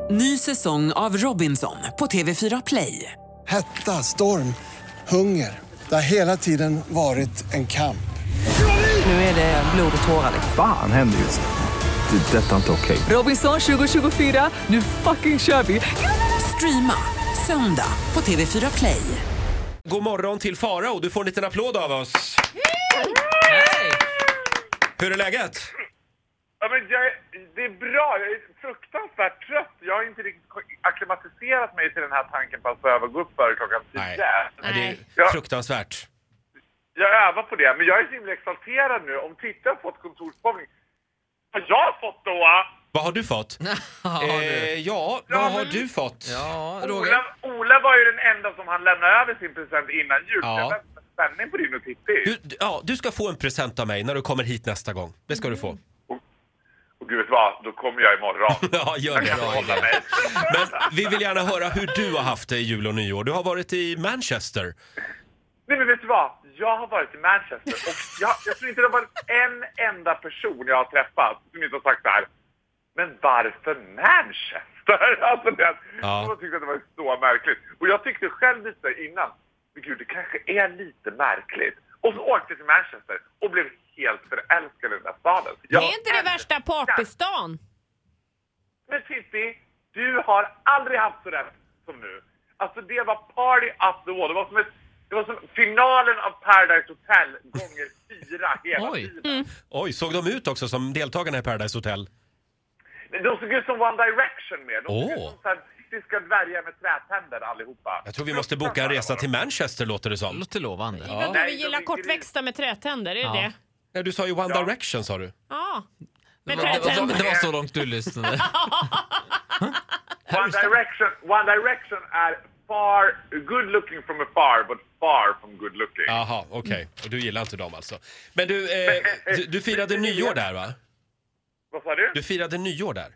Ny säsong av Robinson på TV4 Play. Hetta, storm, hunger. Det har hela tiden varit en kamp. Nu är det blod och tårar. Fan händer just nu. Det. Detta är inte okej. Robinson 2024, nu fucking kör vi. Streama söndag på TV4 Play. God morgon till Farao. Du får en liten applåd av oss. Hej! Hur är läget? Ja, men det är bra. Jag är fruktansvärt trött. Jag har inte riktigt akklimatiserat mig till den här tanken på att behöva gå upp före klockan 10. Nej, det är fruktansvärt. Jag övar på det, men jag är så himla exalterad nu. Om Titta har fått kontorsbowling, har jag fått då? Vad har du fått? Vad har du fått? Ja, Roger. Ola var ju den enda som han lämnade över sin present innan jul. Ja. Jag väntar med spänning på din och Titti. Du ska få en present av mig när du kommer hit nästa gång. Det ska du få. Och gud vet vad, då kommer jag imorgon. Ja, gör det. Men vi vill gärna höra hur du har haft det i jul och nyår. Du har varit i Manchester. Nej, men vet du vad? Jag har varit i Manchester och jag tror inte det har varit en enda person jag har träffat som inte har sagt så här. Men varför Manchester? Alltså jag tyckte att det var så märkligt. Och jag tyckte själv lite innan, men gud, det kanske är lite märkligt. Och så åkte jag till Manchester och blev helt förälskad i den där staden. Det är inte det värsta partystan. Men Titti, du har aldrig haft så rätt som nu. Alltså det var party up the wall. Det var som finalen av Paradise Hotel gånger 4 hela tiden. Oj, såg de ut också som deltagarna i Paradise Hotel? De såg ut som One Direction med. De såg ut som så här brittiska dvärgar med trätänder allihopa. Jag tror vi måste boka en resa till Manchester, låter det som. Låter lovande. Ja. Du gillar kortväxta med trätänder, är det? Ja, du sa ju One Direction, sa du. Ja. Det var så långt du lyssnade. One Direction är good looking from afar, but far from good looking. Jaha, okej. Och du gillar inte dem alltså. Men du firade nyår där, va? Vad sa du? Du firade nyår där.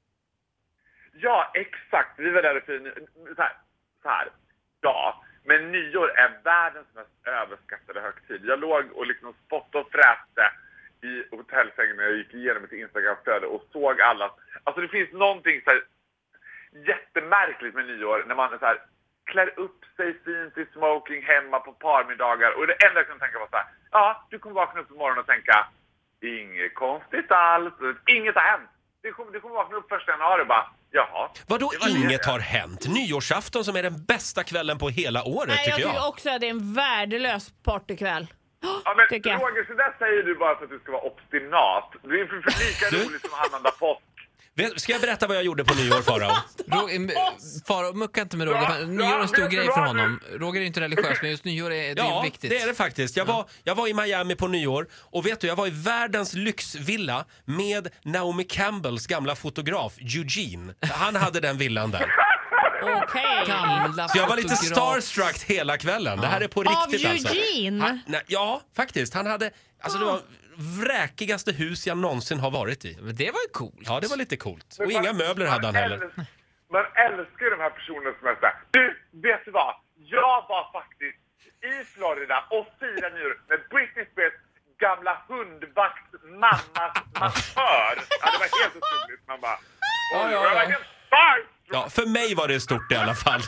Ja, exakt. Vi var där och firade så här. Ja, men nyår är världens mest överskattade högtid. Jag låg och liksom spottade och fräste i hotellsängen när jag gick igenom mitt Instagram-flöde och såg alla. Alltså det finns någonting så här jättemärkligt med nyår när man så här klär upp sig fint i smoking hemma på parmiddagar. Och det enda jag kunde tänka var så här: ja, du kommer vakna upp på morgonen och tänka, inget konstigt alls, inget har hänt. Du kommer vakna upp 1 januari och bara, jaha. Vadå inget har hänt? Nyårsafton som är den bästa kvällen på hela året, tycker jag. Jag tycker också att det är en värdelös partykväll. Ja, men Roger, så där säger du bara för att du ska vara obstinat. Det är för lika roligt som annandag påsk. Ska jag berätta vad jag gjorde på nyår, Farao? Farao, mucka inte med Roger. Nyår är en stor grej för honom. Roger är inte religiös, men just nyår är viktigt. Ja, det är det faktiskt. Jag var i Miami på nyår. Och vet du, jag var i världens lyxvilla med Naomi Campbells gamla fotograf, Eugene. Han hade den villan där. Okej. Så jag var lite starstruck hela kvällen. Det här är på riktigt alltså. Av Eugene? Ja, faktiskt. Han hade, alltså det var vräkigaste hus jag någonsin har varit i. Men det var ju coolt. Ja, det var lite coolt. Och inga möbler hade han heller. Man älskar ju de här personerna som är så här. Du, vet du vad? Jag var faktiskt i Florida och firade nyår med Britney Spears gamla hundvakt mammas massör. Ja, det var helt otroligt. Man bara, jag var helt stark. Ja, för mig var det stort i alla fall.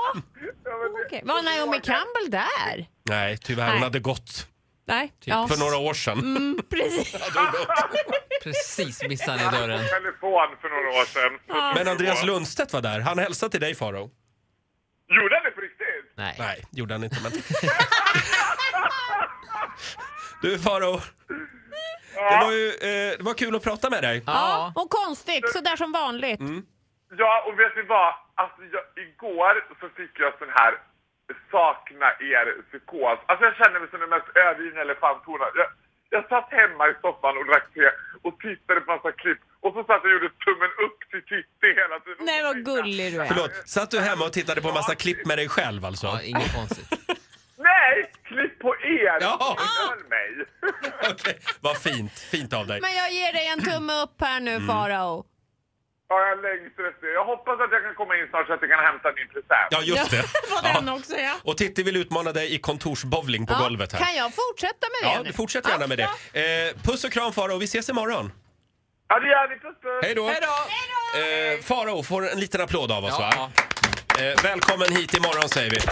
Okay. Var Naomi Campbell där? Nej, tyvärr. Hon hade gått. Nej. För några år sedan. Precis. Precis missade han i dörren. Telefon för några år sedan. Men Andreas Lundstedt var där. Han hälsade till dig, Farao. Gjorde han det på riktigt? Nej, gjorde han inte, men... Du, Farao. Det var kul att prata med dig. Ja, och konstigt, så där som vanligt. Ja, och vet ni vad? Alltså, igår så fick jag sån här sakna er psykos. Alltså jag känner mig som den mest övergivna elefanthona. Jag satt hemma i soffan och drack te och tittade på massa klipp. Och så satt jag och gjorde tummen upp till Titti hela tiden. Nej, vad gullig du är. Förlåt, satt du hemma och tittade på massa klipp med dig själv alltså? Ja, inget konstigt. Nej, klipp på er! Ja. Mig. Okej, vad fint av dig. Men jag ger dig en tumme upp här nu, Farao. Ja, jag längtar efter det. Jag hoppas att jag kan komma in snart så att jag kan hämta min present. Ja, just det. Var den också, ja. Och Titti vill utmana dig i kontorsbowling på golvet här. Kan jag fortsätta med det? Ja, du fortsätter gärna med det. Puss och kram, Farao, och vi ses imorgon. Ja, det gör vi. Puss. Hej då. Farao får en liten applåd av oss, va? Välkommen hit imorgon, säger vi.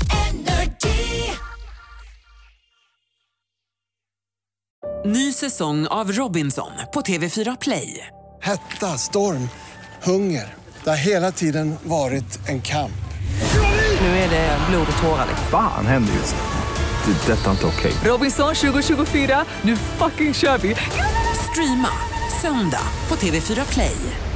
Ny säsong av Robinson på TV4 Play. Hetta, storm, hunger. Det har hela tiden varit en kamp. Nu är det blod och tårar. Fan händer just nu. Det. Detta är inte okej. Robinson 2024, nu fucking kör vi. Streama söndag på TV4 Play.